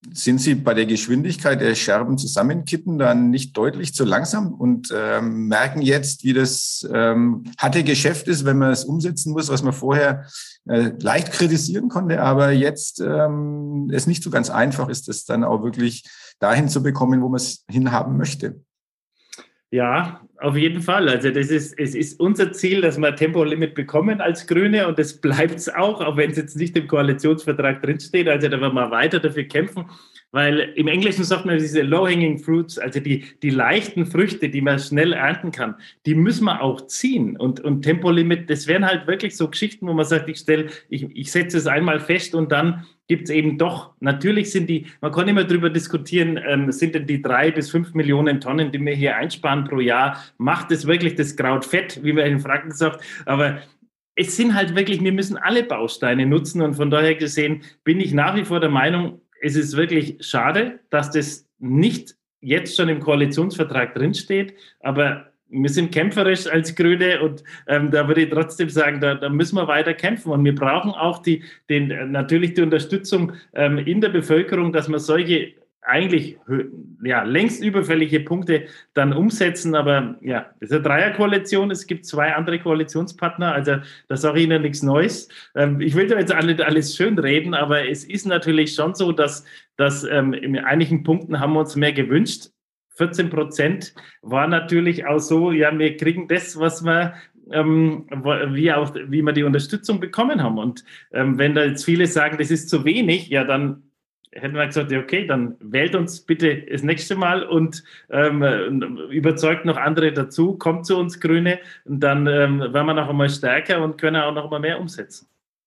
sind Sie bei der Geschwindigkeit der Scherben zusammenkippen dann nicht deutlich zu langsam und ähm, merken jetzt, wie das ähm, harte Geschäft ist, wenn man es umsetzen muss, was man vorher äh, leicht kritisieren konnte, aber jetzt ähm, es nicht so ganz einfach ist, das dann auch wirklich dahin zu bekommen, wo man es hinhaben möchte? Ja, auf jeden Fall. Also das ist, es ist unser Ziel, dass wir ein Tempolimit bekommen als Grüne und das bleibt es auch, auch wenn es jetzt nicht im Koalitionsvertrag drinsteht. Also da werden wir weiter dafür kämpfen, weil im Englischen sagt man diese low-hanging fruits, also die, die leichten Früchte, die man schnell ernten kann, die müssen wir auch ziehen. Und, und Tempolimit, das wären halt wirklich so Geschichten, wo man sagt, ich stelle, ich, ich setze es einmal fest und dann gibt es eben doch, natürlich sind die, man kann immer darüber diskutieren, ähm, sind denn die drei bis fünf Millionen Tonnen, die wir hier einsparen pro Jahr, macht es wirklich das Kraut fett, wie man in Franken sagt, aber es sind halt wirklich, wir müssen alle Bausteine nutzen und von daher gesehen bin ich nach wie vor der Meinung, es ist wirklich schade, dass das nicht jetzt schon im Koalitionsvertrag drinsteht, aber wir sind kämpferisch als Grüne und ähm, da würde ich trotzdem sagen, da, da müssen wir weiter kämpfen und wir brauchen auch die, den, natürlich die Unterstützung ähm, in der Bevölkerung, dass wir solche eigentlich ja, längst überfällige Punkte dann umsetzen, aber ja, das ist eine Dreierkoalition, es gibt zwei andere Koalitionspartner, also da sage ich Ihnen nichts Neues. Ähm, ich will da jetzt alle, alles schön reden, aber es ist natürlich schon so, dass, dass ähm, in einigen Punkten haben wir uns mehr gewünscht. vierzehn Prozent war natürlich auch so, ja, wir kriegen das, was wir, ähm, wie auch, wie wir die Unterstützung bekommen haben. Und ähm, wenn da jetzt viele sagen, das ist zu wenig, ja, dann hätten wir gesagt, okay, dann wählt uns bitte das nächste Mal und ähm, überzeugt noch andere dazu, kommt zu uns Grüne und dann ähm, werden wir noch einmal stärker und können auch noch einmal mehr umsetzen.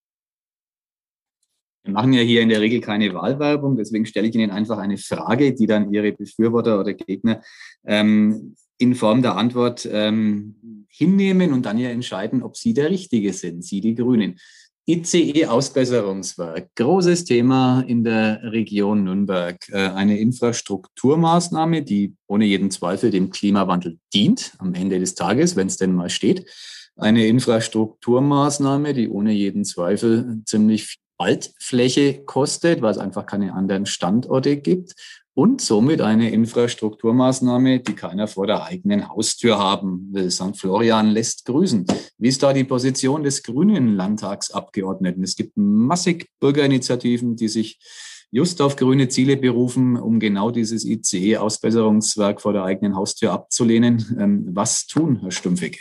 Wir machen ja hier in der Regel keine Wahlwerbung, deswegen stelle ich Ihnen einfach eine Frage, die dann Ihre Befürworter oder Gegner ähm, in Form der Antwort ähm, hinnehmen und dann ja entscheiden, ob Sie der Richtige sind, Sie die Grünen. I C E-Ausbesserungswerk, großes Thema in der Region Nürnberg. Eine Infrastrukturmaßnahme, die ohne jeden Zweifel dem Klimawandel dient, am Ende des Tages, wenn es denn mal steht. Eine Infrastrukturmaßnahme, die ohne jeden Zweifel ziemlich viel Waldfläche kostet, weil es einfach keine anderen Standorte gibt. Und somit eine Infrastrukturmaßnahme, die keiner vor der eigenen Haustür haben will. Sankt Florian lässt grüßen. Wie ist da die Position des grünen Landtagsabgeordneten? Es gibt massig Bürgerinitiativen, die sich just auf grüne Ziele berufen, um genau dieses I C E-Ausbesserungswerk vor der eigenen Haustür abzulehnen. Was tun, Herr Stumpfig?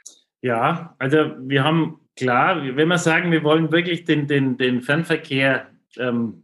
Ja, also wir haben klar, wenn wir sagen, wir wollen wirklich den, den, den Fernverkehr ähm,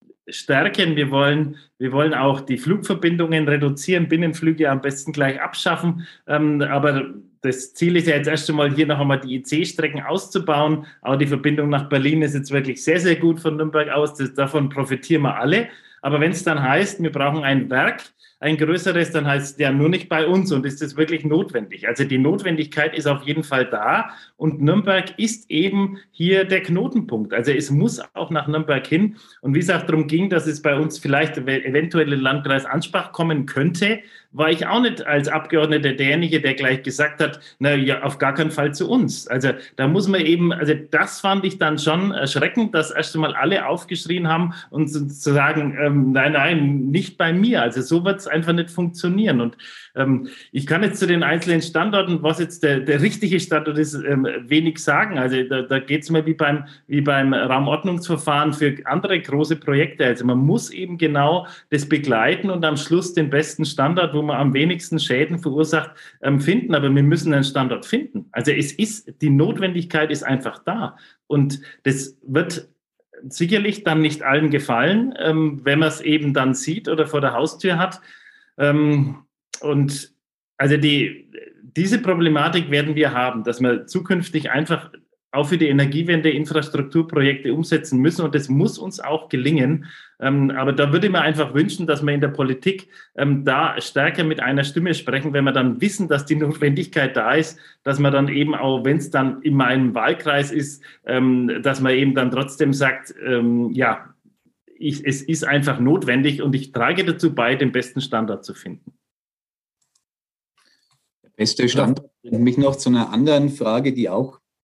stärken. Wir wollen, wir wollen auch die Flugverbindungen reduzieren, Binnenflüge am besten gleich abschaffen. Ähm, aber das Ziel ist ja jetzt erst einmal hier noch einmal die I C-Strecken auszubauen. Auch die Verbindung nach Berlin ist jetzt wirklich sehr, sehr gut von Nürnberg aus. Das, davon profitieren wir alle. Aber wenn es dann heißt, wir brauchen ein Werk, ein größeres, dann heißt es ja nur nicht bei uns und ist das wirklich notwendig. Also die Notwendigkeit ist auf jeden Fall da und Nürnberg ist eben hier der Knotenpunkt. Also es muss auch nach Nürnberg hin und wie es auch darum ging, dass es bei uns vielleicht eventuell in Landkreis Ansbach kommen könnte, war ich auch nicht als Abgeordneter derjenige, der gleich gesagt hat, na ja, auf gar keinen Fall zu uns. Also da muss man eben, also das fand ich dann schon erschreckend, dass erst einmal alle aufgeschrien haben und zu sagen, ähm, nein, nein, nicht bei mir. Also so wird es einfach nicht funktionieren. Und ähm, ich kann jetzt zu den einzelnen Standorten, was jetzt der, der richtige Standort ist, ähm, wenig sagen. Also da, da geht es mir wie beim, wie beim Raumordnungsverfahren für andere große Projekte. Also man muss eben genau das begleiten und am Schluss den besten Standort, wo man am wenigsten Schäden verursacht, ähm, finden. Aber wir müssen einen Standort finden. Also es ist, die Notwendigkeit ist einfach da. Und das wird sicherlich dann nicht allen gefallen, ähm, wenn man es eben dann sieht oder vor der Haustür hat. Ähm, und also die, diese Problematik werden wir haben, dass wir zukünftig einfach auch für die Energiewende Infrastrukturprojekte umsetzen müssen und das muss uns auch gelingen. Ähm, aber da würde ich mir einfach wünschen, dass wir in der Politik ähm, da stärker mit einer Stimme sprechen, wenn wir dann wissen, dass die Notwendigkeit da ist, dass man dann eben auch, wenn es dann in meinem Wahlkreis ist, ähm, dass man eben dann trotzdem sagt, ähm, ja, ich, es ist einfach notwendig und ich trage dazu bei, den besten Standort zu finden. Der beste Standort bringt mich noch zu einer anderen Frage, die auch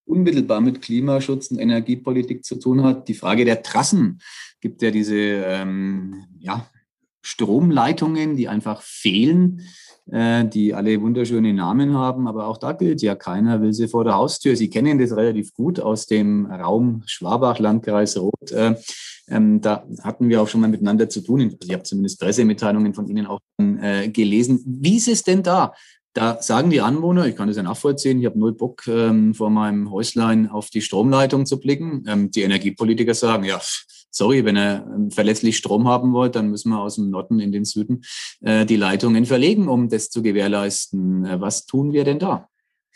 unmittelbar mit Klimaschutz und Energiepolitik zu tun hat. Die Frage der Trassen. Gibt ja diese ähm, ja, Stromleitungen, die einfach fehlen, äh, die alle wunderschöne Namen haben. Aber auch da gilt ja, keiner will sie vor der Haustür. Sie kennen das relativ gut aus dem Raum Schwabach, Landkreis Roth. Äh, ähm, da hatten wir auch schon mal miteinander zu tun. Ich habe zumindest Pressemitteilungen von Ihnen auch äh, gelesen. Wie ist es denn da? Da sagen die Anwohner, ich kann das ja nachvollziehen, ich habe null Bock, ähm, vor meinem Häuslein auf die Stromleitung zu blicken. Ähm, die Energiepolitiker sagen, ja, sorry, wenn ihr ähm, verlässlich Strom haben wollt, dann müssen wir aus dem Norden in den Süden äh, die Leitungen verlegen, um das zu gewährleisten. Äh, was tun wir denn da?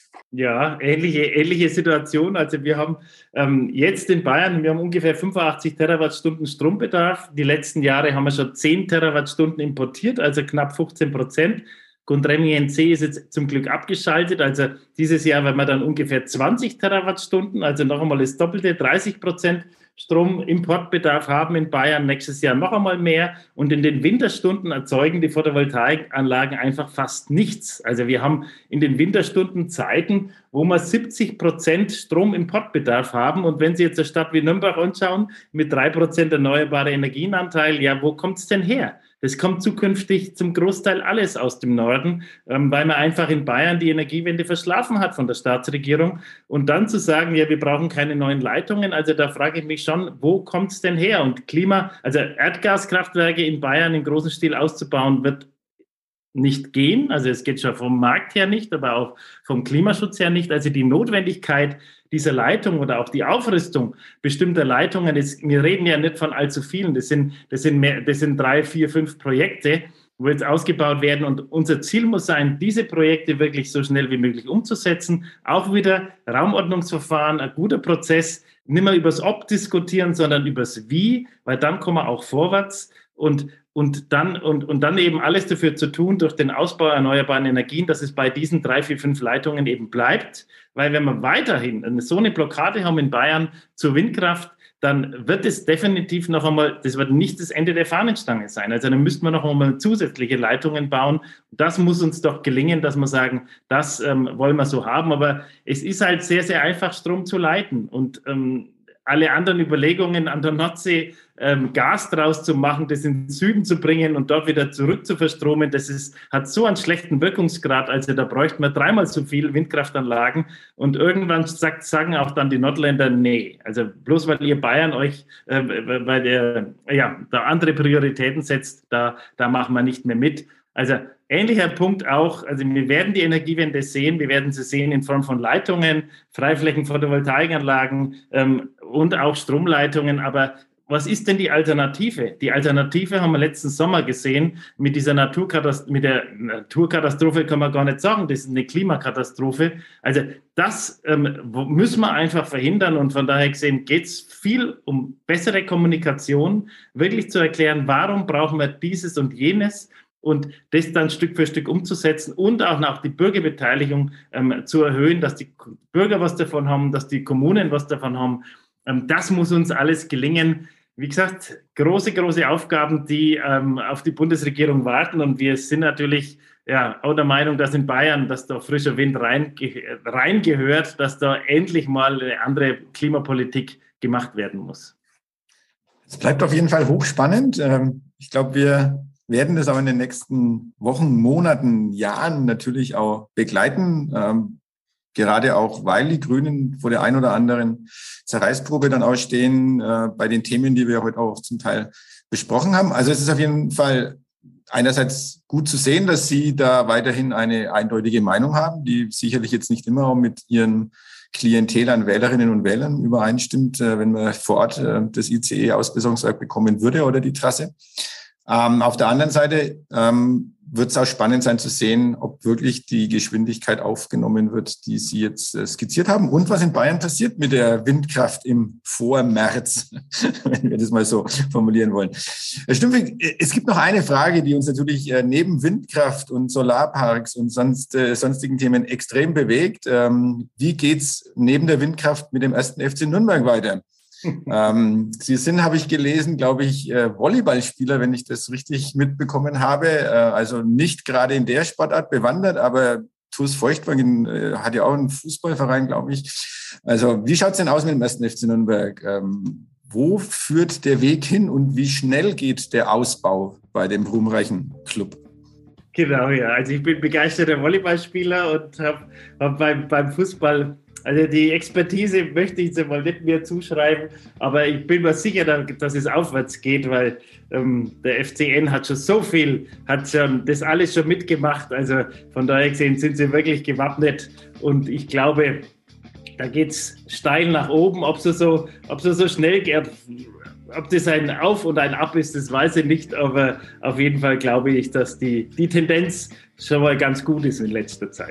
Ja, ähnliche, ähnliche Situation. Also wir haben ähm, jetzt in Bayern, wir haben ungefähr fünfundachtzig Terawattstunden Strombedarf. Die letzten Jahre haben wir schon zehn Terawattstunden importiert, also knapp fünfzehn Prozent. Gundremmingen N C ist jetzt zum Glück abgeschaltet. Also dieses Jahr werden wir dann ungefähr zwanzig Terawattstunden, also noch einmal das Doppelte, dreißig Prozent Stromimportbedarf haben in Bayern, nächstes Jahr noch einmal mehr. Und in den Winterstunden erzeugen die Photovoltaikanlagen einfach fast nichts. Also wir haben in den Winterstunden Zeiten, wo wir siebzig Prozent Stromimportbedarf haben. Und wenn Sie jetzt eine Stadt wie Nürnberg anschauen, mit drei Prozent erneuerbare Energienanteil, ja, wo kommt es denn her? Das kommt zukünftig zum Großteil alles aus dem Norden, ähm, weil man einfach in Bayern die Energiewende verschlafen hat von der Staatsregierung. Und dann zu sagen, ja, wir brauchen keine neuen Leitungen, also da frage ich mich schon, wo kommt es denn her? Und Klima, also Erdgaskraftwerke in Bayern im großen Stil auszubauen, wird nicht gehen. Also es geht schon vom Markt her nicht, aber auch vom Klimaschutz her nicht. Also die Notwendigkeit dieser Leitung oder auch die Aufrüstung bestimmter Leitungen, das, wir reden ja nicht von allzu vielen, das sind, das sind, mehr, das sind drei, vier, fünf Projekte, wo jetzt ausgebaut werden. Und unser Ziel muss sein, diese Projekte wirklich so schnell wie möglich umzusetzen. Auch wieder Raumordnungsverfahren, ein guter Prozess, nicht mehr übers Ob diskutieren, sondern übers Wie, weil dann kommen wir auch vorwärts. Und, und, dann, und, und dann eben alles dafür zu tun, durch den Ausbau erneuerbaren Energien, dass es bei diesen drei, vier, fünf Leitungen eben bleibt. Weil wenn wir weiterhin eine, so eine Blockade haben in Bayern zur Windkraft, dann wird es definitiv noch einmal, das wird nicht das Ende der Fahnenstange sein. Also dann müssten wir noch einmal zusätzliche Leitungen bauen. Das muss uns doch gelingen, dass wir sagen, das ähm, wollen wir so haben. Aber es ist halt sehr, sehr einfach, Strom zu leiten. Und ähm, alle anderen Überlegungen an der Nordsee, ähm, Gas draus zu machen, das in den Süden zu bringen und dort wieder zurück zu verstromen, das ist, hat so einen schlechten Wirkungsgrad, also da bräuchten wir dreimal so viel Windkraftanlagen. Und irgendwann sagt, sagen auch dann die Nordländer, nee, also bloß weil ihr Bayern euch, äh, weil ihr ja, da andere Prioritäten setzt, da, da machen wir nicht mehr mit. Also ähnlicher Punkt auch, also wir werden die Energiewende sehen, wir werden sie sehen in Form von Leitungen, Freiflächen, Photovoltaikanlagen ähm, und auch Stromleitungen, aber was ist denn die Alternative? Die Alternative haben wir letzten Sommer gesehen mit dieser Naturkatastrophe, mit der Naturkatastrophe kann man gar nicht sagen, das ist eine Klimakatastrophe. Also das ähm, müssen wir einfach verhindern und von daher gesehen geht es viel um bessere Kommunikation, wirklich zu erklären, warum brauchen wir dieses und jenes und das dann Stück für Stück umzusetzen und auch noch die Bürgerbeteiligung ähm, zu erhöhen, dass die Bürger was davon haben, dass die Kommunen was davon haben. Ähm, das muss uns alles gelingen. Wie gesagt, große, große Aufgaben, die ähm, auf die Bundesregierung warten. Und wir sind natürlich ja, auch der Meinung, dass in Bayern, dass da frischer Wind reingehört, rein dass da endlich mal eine andere Klimapolitik gemacht werden muss. Es bleibt auf jeden Fall hochspannend. Ich glaube, wir werden das auch in den nächsten Wochen, Monaten, Jahren natürlich auch begleiten. Gerade auch, weil die Grünen vor der ein oder anderen Zerreißprobe dann auch stehen, äh, bei den Themen, die wir heute auch zum Teil besprochen haben. Also es ist auf jeden Fall einerseits gut zu sehen, dass Sie da weiterhin eine eindeutige Meinung haben, die sicherlich jetzt nicht immer auch mit Ihren Klientel an Wählerinnen und Wählern übereinstimmt, äh, wenn man vor Ort äh, das I C E-Ausbesserungswerk bekommen würde oder die Trasse. Ähm, auf der anderen Seite ähm, wird es auch spannend sein zu sehen, ob wirklich die Geschwindigkeit aufgenommen wird, die Sie jetzt äh, skizziert haben und was in Bayern passiert mit der Windkraft im Vormärz, wenn wir das mal so formulieren wollen. Herr Stümpfig, es gibt noch eine Frage, die uns natürlich äh, neben Windkraft und Solarparks und sonst, äh, sonstigen Themen extrem bewegt. Ähm, wie geht's neben der Windkraft mit dem ersten F C Nürnberg weiter? ähm, Sie sind, habe ich gelesen, glaube ich, äh, Volleyballspieler, wenn ich das richtig mitbekommen habe. Äh, also nicht gerade in der Sportart bewandert, aber T U S Feuchtwagen äh, hat ja auch einen Fußballverein, glaube ich. Also wie schaut es denn aus mit dem ersten F C Nürnberg? Ähm, wo führt der Weg hin und wie schnell geht der Ausbau bei dem ruhmreichen Club? Genau, ja. Also ich bin begeisterter Volleyballspieler und habe hab beim, beim Fußball, also die Expertise möchte ich jetzt mal nicht mehr zuschreiben, aber ich bin mir sicher, dass es aufwärts geht, weil ähm, der F C N hat schon so viel, hat schon das alles schon mitgemacht. Also von daher gesehen sind sie wirklich gewappnet und ich glaube, da geht es steil nach oben. Ob es so, ob so, so schnell geht, ob das ein Auf und ein Ab ist, das weiß ich nicht, aber auf jeden Fall glaube ich, dass die, die Tendenz schon mal ganz gut ist in letzter Zeit.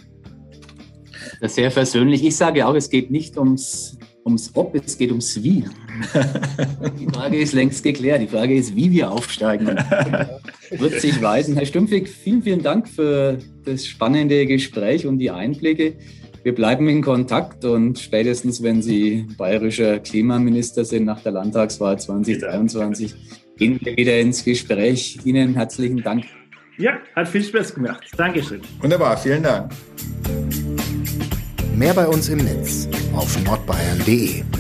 Sehr versöhnlich. Ich sage auch, es geht nicht ums, ums Ob, es geht ums Wie. Die Frage ist längst geklärt. Die Frage ist, wie wir aufsteigen. Wird sich weisen. Herr Stumpfig, vielen, vielen Dank für das spannende Gespräch und die Einblicke. Wir bleiben in Kontakt und spätestens, wenn Sie bayerischer Klimaminister sind nach der Landtagswahl zwanzig dreiundzwanzig, gehen wir wieder ins Gespräch. Ihnen herzlichen Dank. Ja, hat viel Spaß gemacht. Dankeschön. Wunderbar, vielen Dank. Mehr bei uns im Netz auf nordbayern punkt de.